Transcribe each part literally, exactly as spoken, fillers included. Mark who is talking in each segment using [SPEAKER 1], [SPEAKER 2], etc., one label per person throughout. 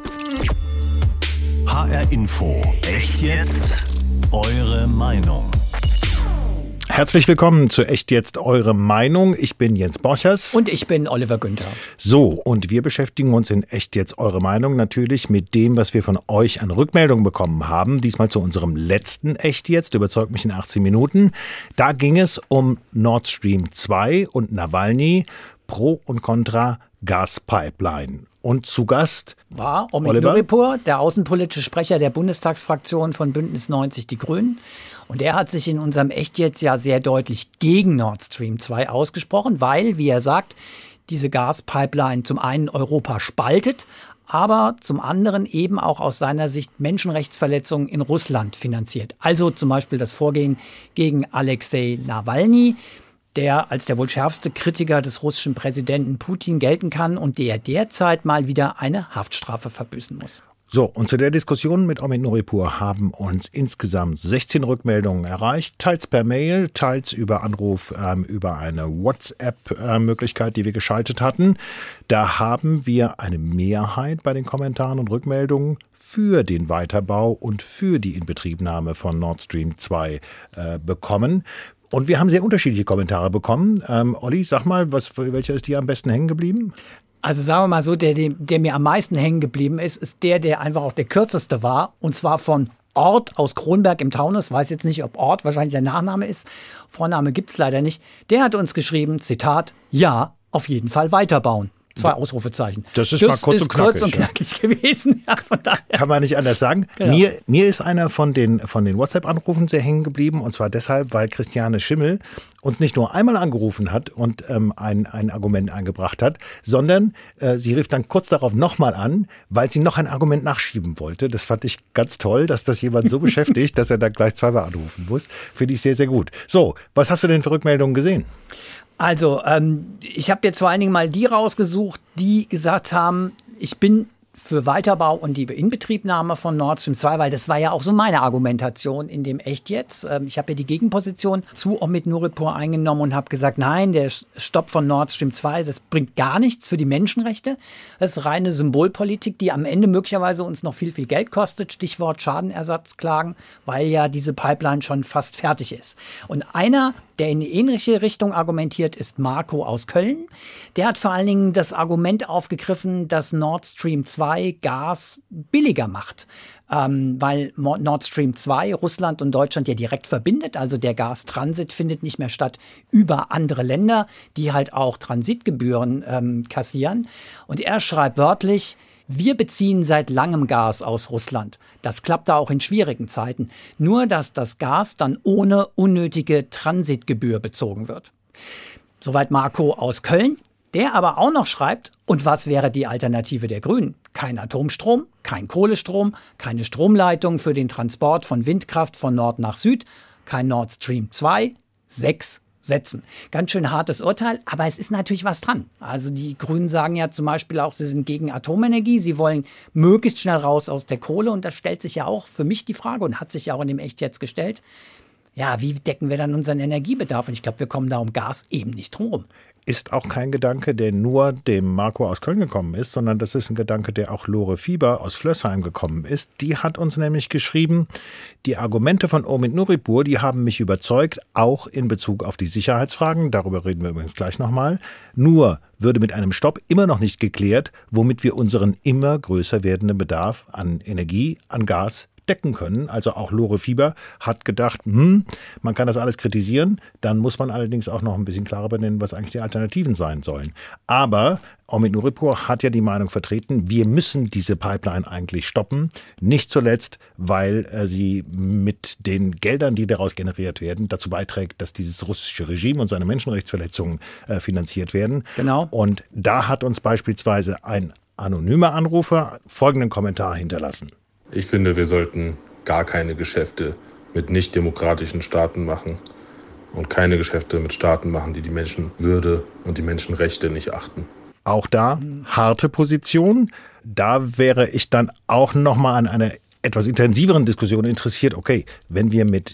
[SPEAKER 1] H R Info. Echt jetzt? Eure Meinung.
[SPEAKER 2] Herzlich willkommen zu Echt jetzt eure Meinung. Ich bin Jens Borchers.
[SPEAKER 3] Und ich bin Oliver Günther.
[SPEAKER 2] So, und wir beschäftigen uns in Echt jetzt eure Meinung natürlich mit dem, was wir von euch an Rückmeldungen bekommen haben. Diesmal zu unserem letzten Echt jetzt, überzeugt mich in achtzehn Minuten. Da ging es um Nord Stream zwei und Nawalny, Pro und Contra Gaspipeline. Und zu Gast
[SPEAKER 3] war Omid Nuripur, der außenpolitische Sprecher der Bundestagsfraktion von Bündnis neunzig Die Grünen. Und er hat sich in unserem Echt jetzt ja sehr deutlich gegen Nord Stream zwei ausgesprochen, weil, wie er sagt, diese Gaspipeline zum einen Europa spaltet, aber zum anderen eben auch aus seiner Sicht Menschenrechtsverletzungen in Russland finanziert. Also zum Beispiel das Vorgehen gegen Alexei Nawalny, der als der wohl schärfste Kritiker des russischen Präsidenten Putin gelten kann und der derzeit mal wieder eine Haftstrafe verbüßen muss.
[SPEAKER 2] So, und zu der Diskussion mit Omid Nuripur haben uns insgesamt sechzehn Rückmeldungen erreicht, teils per Mail, teils über Anruf ähm, über eine WhatsApp-Möglichkeit, die wir geschaltet hatten. Da haben wir eine Mehrheit bei den Kommentaren und Rückmeldungen für den Weiterbau und für die Inbetriebnahme von Nord Stream zwei äh, bekommen. Und wir haben sehr unterschiedliche Kommentare bekommen. Ähm, Olli, sag mal, was, welcher ist dir am besten hängen geblieben?
[SPEAKER 3] Also sagen wir mal so, der, der mir am meisten hängen geblieben ist, ist der, der einfach auch der kürzeste war. Und zwar von Ort aus Kronberg im Taunus. Weiß jetzt nicht, ob Ort wahrscheinlich der Nachname ist. Vorname gibt's leider nicht. Der hat uns geschrieben, Zitat, ja, auf jeden Fall weiterbauen. Zwei Ausrufezeichen.
[SPEAKER 2] Das ist
[SPEAKER 3] das
[SPEAKER 2] mal kurz
[SPEAKER 3] ist
[SPEAKER 2] und knackig.
[SPEAKER 3] kurz und knackig ja. gewesen. Ja, von daher.
[SPEAKER 2] Kann man nicht anders sagen. Genau. Mir, mir ist einer von den, von den WhatsApp-Anrufen sehr hängen geblieben. Und zwar deshalb, weil Christiane Schimmel uns nicht nur einmal angerufen hat und ähm, ein, ein Argument eingebracht hat, sondern äh, sie rief dann kurz darauf nochmal an, weil sie noch ein Argument nachschieben wollte. Das fand ich ganz toll, dass das jemand so beschäftigt, dass er da gleich zweimal anrufen muss. Finde ich sehr, sehr gut. So, was hast du denn für Rückmeldungen gesehen?
[SPEAKER 3] Also, ähm, ich habe jetzt vor allen Dingen mal die rausgesucht, die gesagt haben, ich bin für Weiterbau und die Inbetriebnahme von Nord Stream zwei, weil das war ja auch so meine Argumentation in dem Echt jetzt. Ähm, ich habe ja die Gegenposition zu Omid Nuripur eingenommen und habe gesagt, nein, der Stopp von Nord Stream zwei, das bringt gar nichts für die Menschenrechte. Das ist reine Symbolpolitik, die am Ende möglicherweise uns noch viel, viel Geld kostet. Stichwort Schadenersatzklagen, weil ja diese Pipeline schon fast fertig ist. Und einer, der in eine ähnliche Richtung argumentiert, ist Marco aus Köln. Der hat vor allen Dingen das Argument aufgegriffen, dass Nord Stream zwei Gas billiger macht, ähm, weil Nord Stream zwei Russland und Deutschland ja direkt verbindet. Also der Gastransit findet nicht mehr statt über andere Länder, die halt auch Transitgebühren ähm, kassieren. Und er schreibt wörtlich, wir beziehen seit langem Gas aus Russland. Das klappt auch in schwierigen Zeiten. Nur, dass das Gas dann ohne unnötige Transitgebühr bezogen wird. Soweit Marco aus Köln. Der aber auch noch schreibt, und was wäre die Alternative der Grünen? Kein Atomstrom, kein Kohlestrom, keine Stromleitung für den Transport von Windkraft von Nord nach Süd, kein Nord Stream zwei, sechs Sätzen. Ganz schön hartes Urteil, aber es ist natürlich was dran. Also die Grünen sagen ja zum Beispiel auch, sie sind gegen Atomenergie, sie wollen möglichst schnell raus aus der Kohle und da stellt sich ja auch für mich die Frage und hat sich ja auch in dem Echt jetzt gestellt, ja, wie decken wir dann unseren Energiebedarf? Und ich glaube, wir kommen da um Gas eben nicht drum rum.
[SPEAKER 2] Ist auch kein Gedanke, der nur dem Marco aus Köln gekommen ist, sondern das ist ein Gedanke, der auch Lore Fieber aus Flörsheim gekommen ist. Die hat uns nämlich geschrieben, die Argumente von Omid Nuripur, die haben mich überzeugt, auch in Bezug auf die Sicherheitsfragen. Darüber reden wir übrigens gleich nochmal. Nur würde mit einem Stopp immer noch nicht geklärt, womit wir unseren immer größer werdenden Bedarf an Energie, an Gas decken können. Also auch Lore Fieber hat gedacht, hm, man kann das alles kritisieren, dann muss man allerdings auch noch ein bisschen klarer benennen, was eigentlich die Alternativen sein sollen. Aber Omid Nuripur hat ja die Meinung vertreten, wir müssen diese Pipeline eigentlich stoppen. Nicht zuletzt, weil äh, sie mit den Geldern, die daraus generiert werden, dazu beiträgt, dass dieses russische Regime und seine Menschenrechtsverletzungen äh, finanziert werden.
[SPEAKER 3] Genau.
[SPEAKER 2] Und da hat uns beispielsweise ein anonymer Anrufer folgenden Kommentar hinterlassen.
[SPEAKER 4] Ich finde, wir sollten gar keine Geschäfte mit nicht-demokratischen Staaten machen und keine Geschäfte mit Staaten machen, die die Menschenwürde und die Menschenrechte nicht achten.
[SPEAKER 2] Auch da harte Position. Da wäre ich dann auch noch mal an einer etwas intensiveren Diskussion interessiert. Okay, wenn wir mit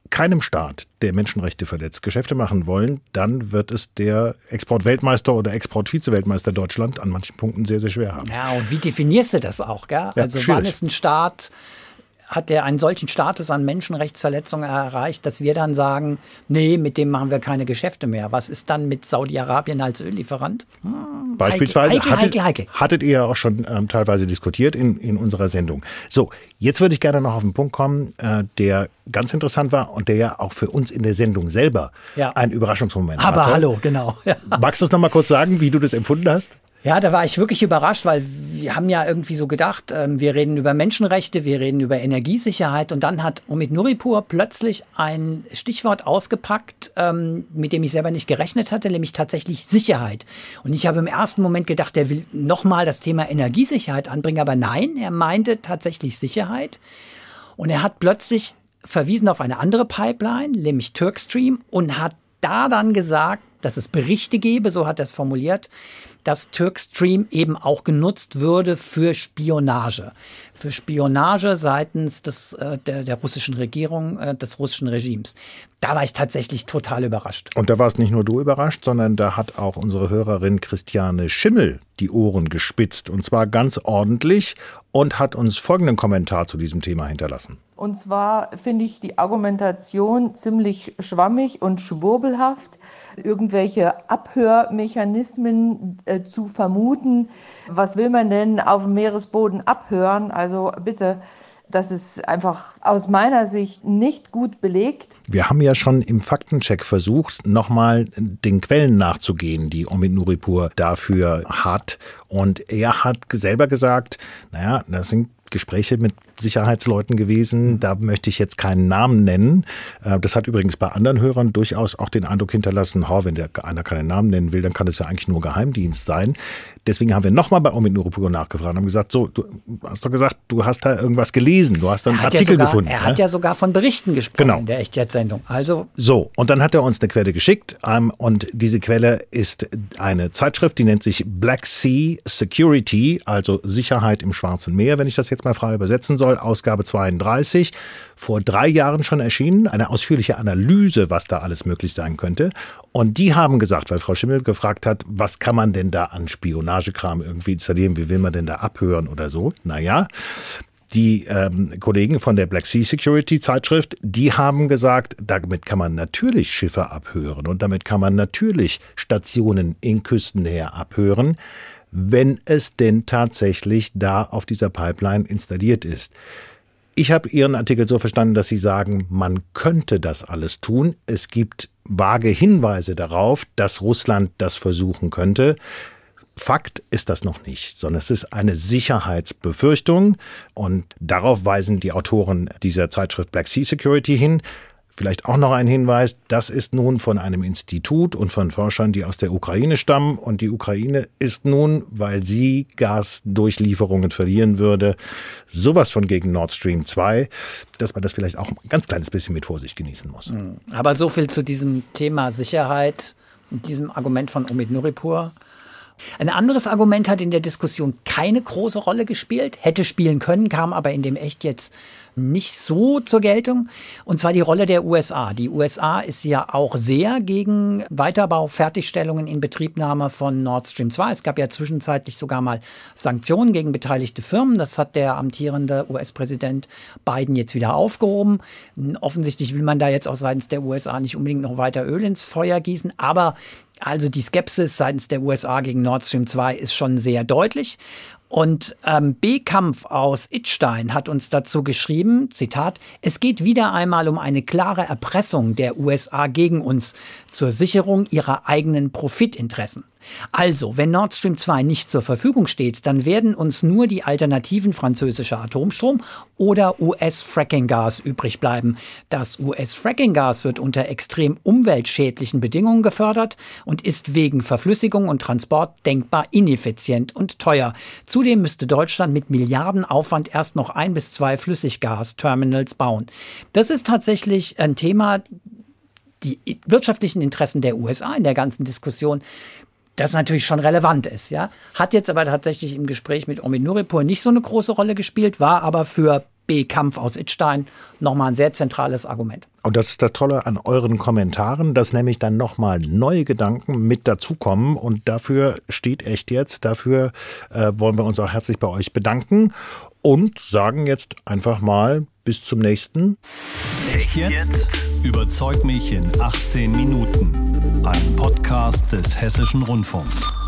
[SPEAKER 2] keinem Staat, der Menschenrechte verletzt, Geschäfte machen wollen, dann wird es der Exportweltmeister oder Exportvizeweltmeister Deutschland an manchen Punkten sehr, sehr schwer haben.
[SPEAKER 3] Ja, und wie definierst du das auch? Gell?
[SPEAKER 2] Ja,
[SPEAKER 3] also
[SPEAKER 2] schwierig.
[SPEAKER 3] Wann ist ein Staat, hat der einen solchen Status an Menschenrechtsverletzungen erreicht, dass wir dann sagen, nee, mit dem machen wir keine Geschäfte mehr. Was ist dann mit Saudi-Arabien als Öllieferant? Hm,
[SPEAKER 2] Beispielsweise
[SPEAKER 3] heikel,
[SPEAKER 2] hattet,
[SPEAKER 3] heikel, heikel.
[SPEAKER 2] hattet ihr ja auch schon ähm, teilweise diskutiert in, in unserer Sendung. So, jetzt würde ich gerne noch auf einen Punkt kommen, äh, der ganz interessant war und der ja auch für uns in der Sendung selber
[SPEAKER 3] Ja.
[SPEAKER 2] ein Überraschungsmoment
[SPEAKER 3] Aber
[SPEAKER 2] hatte.
[SPEAKER 3] hallo, genau. Ja.
[SPEAKER 2] Magst du es noch mal kurz sagen, wie du das empfunden hast?
[SPEAKER 3] Ja, da war ich wirklich überrascht, weil wir haben ja irgendwie so gedacht, ähm, wir reden über Menschenrechte, wir reden über Energiesicherheit und dann hat Omid Nuripur plötzlich ein Stichwort ausgepackt, ähm, mit dem ich selber nicht gerechnet hatte, nämlich tatsächlich Sicherheit. Und ich habe im ersten Moment gedacht, er will nochmal das Thema Energiesicherheit anbringen, aber nein, er meinte tatsächlich Sicherheit und er hat plötzlich verwiesen auf eine andere Pipeline, nämlich Turkstream und hat da dann gesagt, dass es Berichte gebe, so hat er es formuliert, dass Turkstream eben auch genutzt würde für Spionage. Für Spionage seitens des, äh, der, der russischen Regierung, äh, des russischen Regimes. Da war ich tatsächlich total überrascht.
[SPEAKER 2] Und da warst nicht nur du überrascht, sondern da hat auch unsere Hörerin Christiane Schimmel die Ohren gespitzt. Und zwar ganz ordentlich und hat uns folgenden Kommentar zu diesem Thema hinterlassen.
[SPEAKER 5] Und zwar finde ich die Argumentation ziemlich schwammig und schwurbelhaft. Irgendwelche Abhörmechanismen äh, zu vermuten. Was will man denn auf dem Meeresboden abhören? Also bitte, das ist einfach aus meiner Sicht nicht gut belegt.
[SPEAKER 2] Wir haben ja schon im Faktencheck versucht, nochmal den Quellen nachzugehen, die Omid Nuripur dafür hat. Und er hat selber gesagt, naja, das sind Gespräche mit Sicherheitsleuten gewesen. Da möchte ich jetzt keinen Namen nennen. Das hat übrigens bei anderen Hörern durchaus auch den Eindruck hinterlassen, oh, wenn der einer keinen Namen nennen will, dann kann es ja eigentlich nur Geheimdienst sein. Deswegen haben wir nochmal bei Omid Nuripur nachgefragt und haben gesagt, so, du hast doch gesagt, du hast da irgendwas gelesen, du hast da einen Artikel
[SPEAKER 3] ja sogar,
[SPEAKER 2] gefunden.
[SPEAKER 3] Er
[SPEAKER 2] ne?
[SPEAKER 3] hat ja sogar von Berichten gesprochen
[SPEAKER 2] Genau.
[SPEAKER 3] in der Echtjährt-Sendung. Also
[SPEAKER 2] So, und dann hat er uns eine Quelle geschickt ähm, und diese Quelle ist eine Zeitschrift, die nennt sich Black Sea Security, also Sicherheit im Schwarzen Meer, wenn ich das jetzt mal frei übersetzen soll, Ausgabe zweiunddreißig, vor drei Jahren schon erschienen, eine ausführliche Analyse, was da alles möglich sein könnte. Und die haben gesagt, weil Frau Schimmel gefragt hat, was kann man denn da an Spionagekram irgendwie installieren, wie will man denn da abhören oder so, naja. Die ähm, Kollegen von der Black Sea Security Zeitschrift, die haben gesagt, damit kann man natürlich Schiffe abhören und damit kann man natürlich Stationen in Küstennähe abhören, wenn es denn tatsächlich da auf dieser Pipeline installiert ist. Ich habe Ihren Artikel so verstanden, dass Sie sagen, man könnte das alles tun. Es gibt vage Hinweise darauf, dass Russland das versuchen könnte. Fakt ist das noch nicht, sondern es ist eine Sicherheitsbefürchtung und darauf weisen die Autoren dieser Zeitschrift Black Sea Security hin. Vielleicht auch noch ein Hinweis, das ist nun von einem Institut und von Forschern, die aus der Ukraine stammen und die Ukraine ist nun, weil sie Gasdurchlieferungen verlieren würde, sowas von gegen Nord Stream zwei, dass man das vielleicht auch ein ganz kleines bisschen mit Vorsicht genießen muss.
[SPEAKER 3] Aber so viel zu diesem Thema Sicherheit und diesem Argument von Omid Nuripur. Ein anderes Argument hat in der Diskussion keine große Rolle gespielt, hätte spielen können, kam aber in dem Echt jetzt nicht so zur Geltung. Und zwar die Rolle der U S A. Die U S A ist ja auch sehr gegen Weiterbau, Fertigstellungen in Betriebnahme von Nord Stream zwei. Es gab ja zwischenzeitlich sogar mal Sanktionen gegen beteiligte Firmen. Das hat der amtierende U S-Präsident Biden jetzt wieder aufgehoben. Offensichtlich will man da jetzt auch seitens der U S A nicht unbedingt noch weiter Öl ins Feuer gießen. Aber also die Skepsis seitens der U S A gegen Nord Stream zwei ist schon sehr deutlich. Und ähm, B. Kampf aus Idstein hat uns dazu geschrieben, Zitat, es geht wieder einmal um eine klare Erpressung der U S A gegen uns zur Sicherung ihrer eigenen Profitinteressen. Also, wenn Nord Stream zwei nicht zur Verfügung steht, dann werden uns nur die alternativen französischer Atomstrom oder U S-Fracking-Gas übrig bleiben. Das U S-Fracking-Gas wird unter extrem umweltschädlichen Bedingungen gefördert und ist wegen Verflüssigung und Transport denkbar ineffizient und teuer. Zudem müsste Deutschland mit Milliardenaufwand erst noch ein bis zwei Flüssiggasterminals bauen. Das ist tatsächlich ein Thema, die wirtschaftlichen Interessen der U S A in der ganzen Diskussion das natürlich schon relevant ist, ja. Hat jetzt aber tatsächlich im Gespräch mit Omid Nuripur nicht so eine große Rolle gespielt, war aber für B. Kampf aus Idstein nochmal ein sehr zentrales Argument.
[SPEAKER 2] Und das ist das Tolle an euren Kommentaren, dass nämlich dann nochmal neue Gedanken mit dazukommen. Und dafür steht Echt Jetzt. Dafür äh, wollen wir uns auch herzlich bei euch bedanken und sagen jetzt einfach mal bis zum nächsten
[SPEAKER 1] Echt jetzt? Überzeug mich in achtzehn Minuten. Ein Podcast des Hessischen Rundfunks.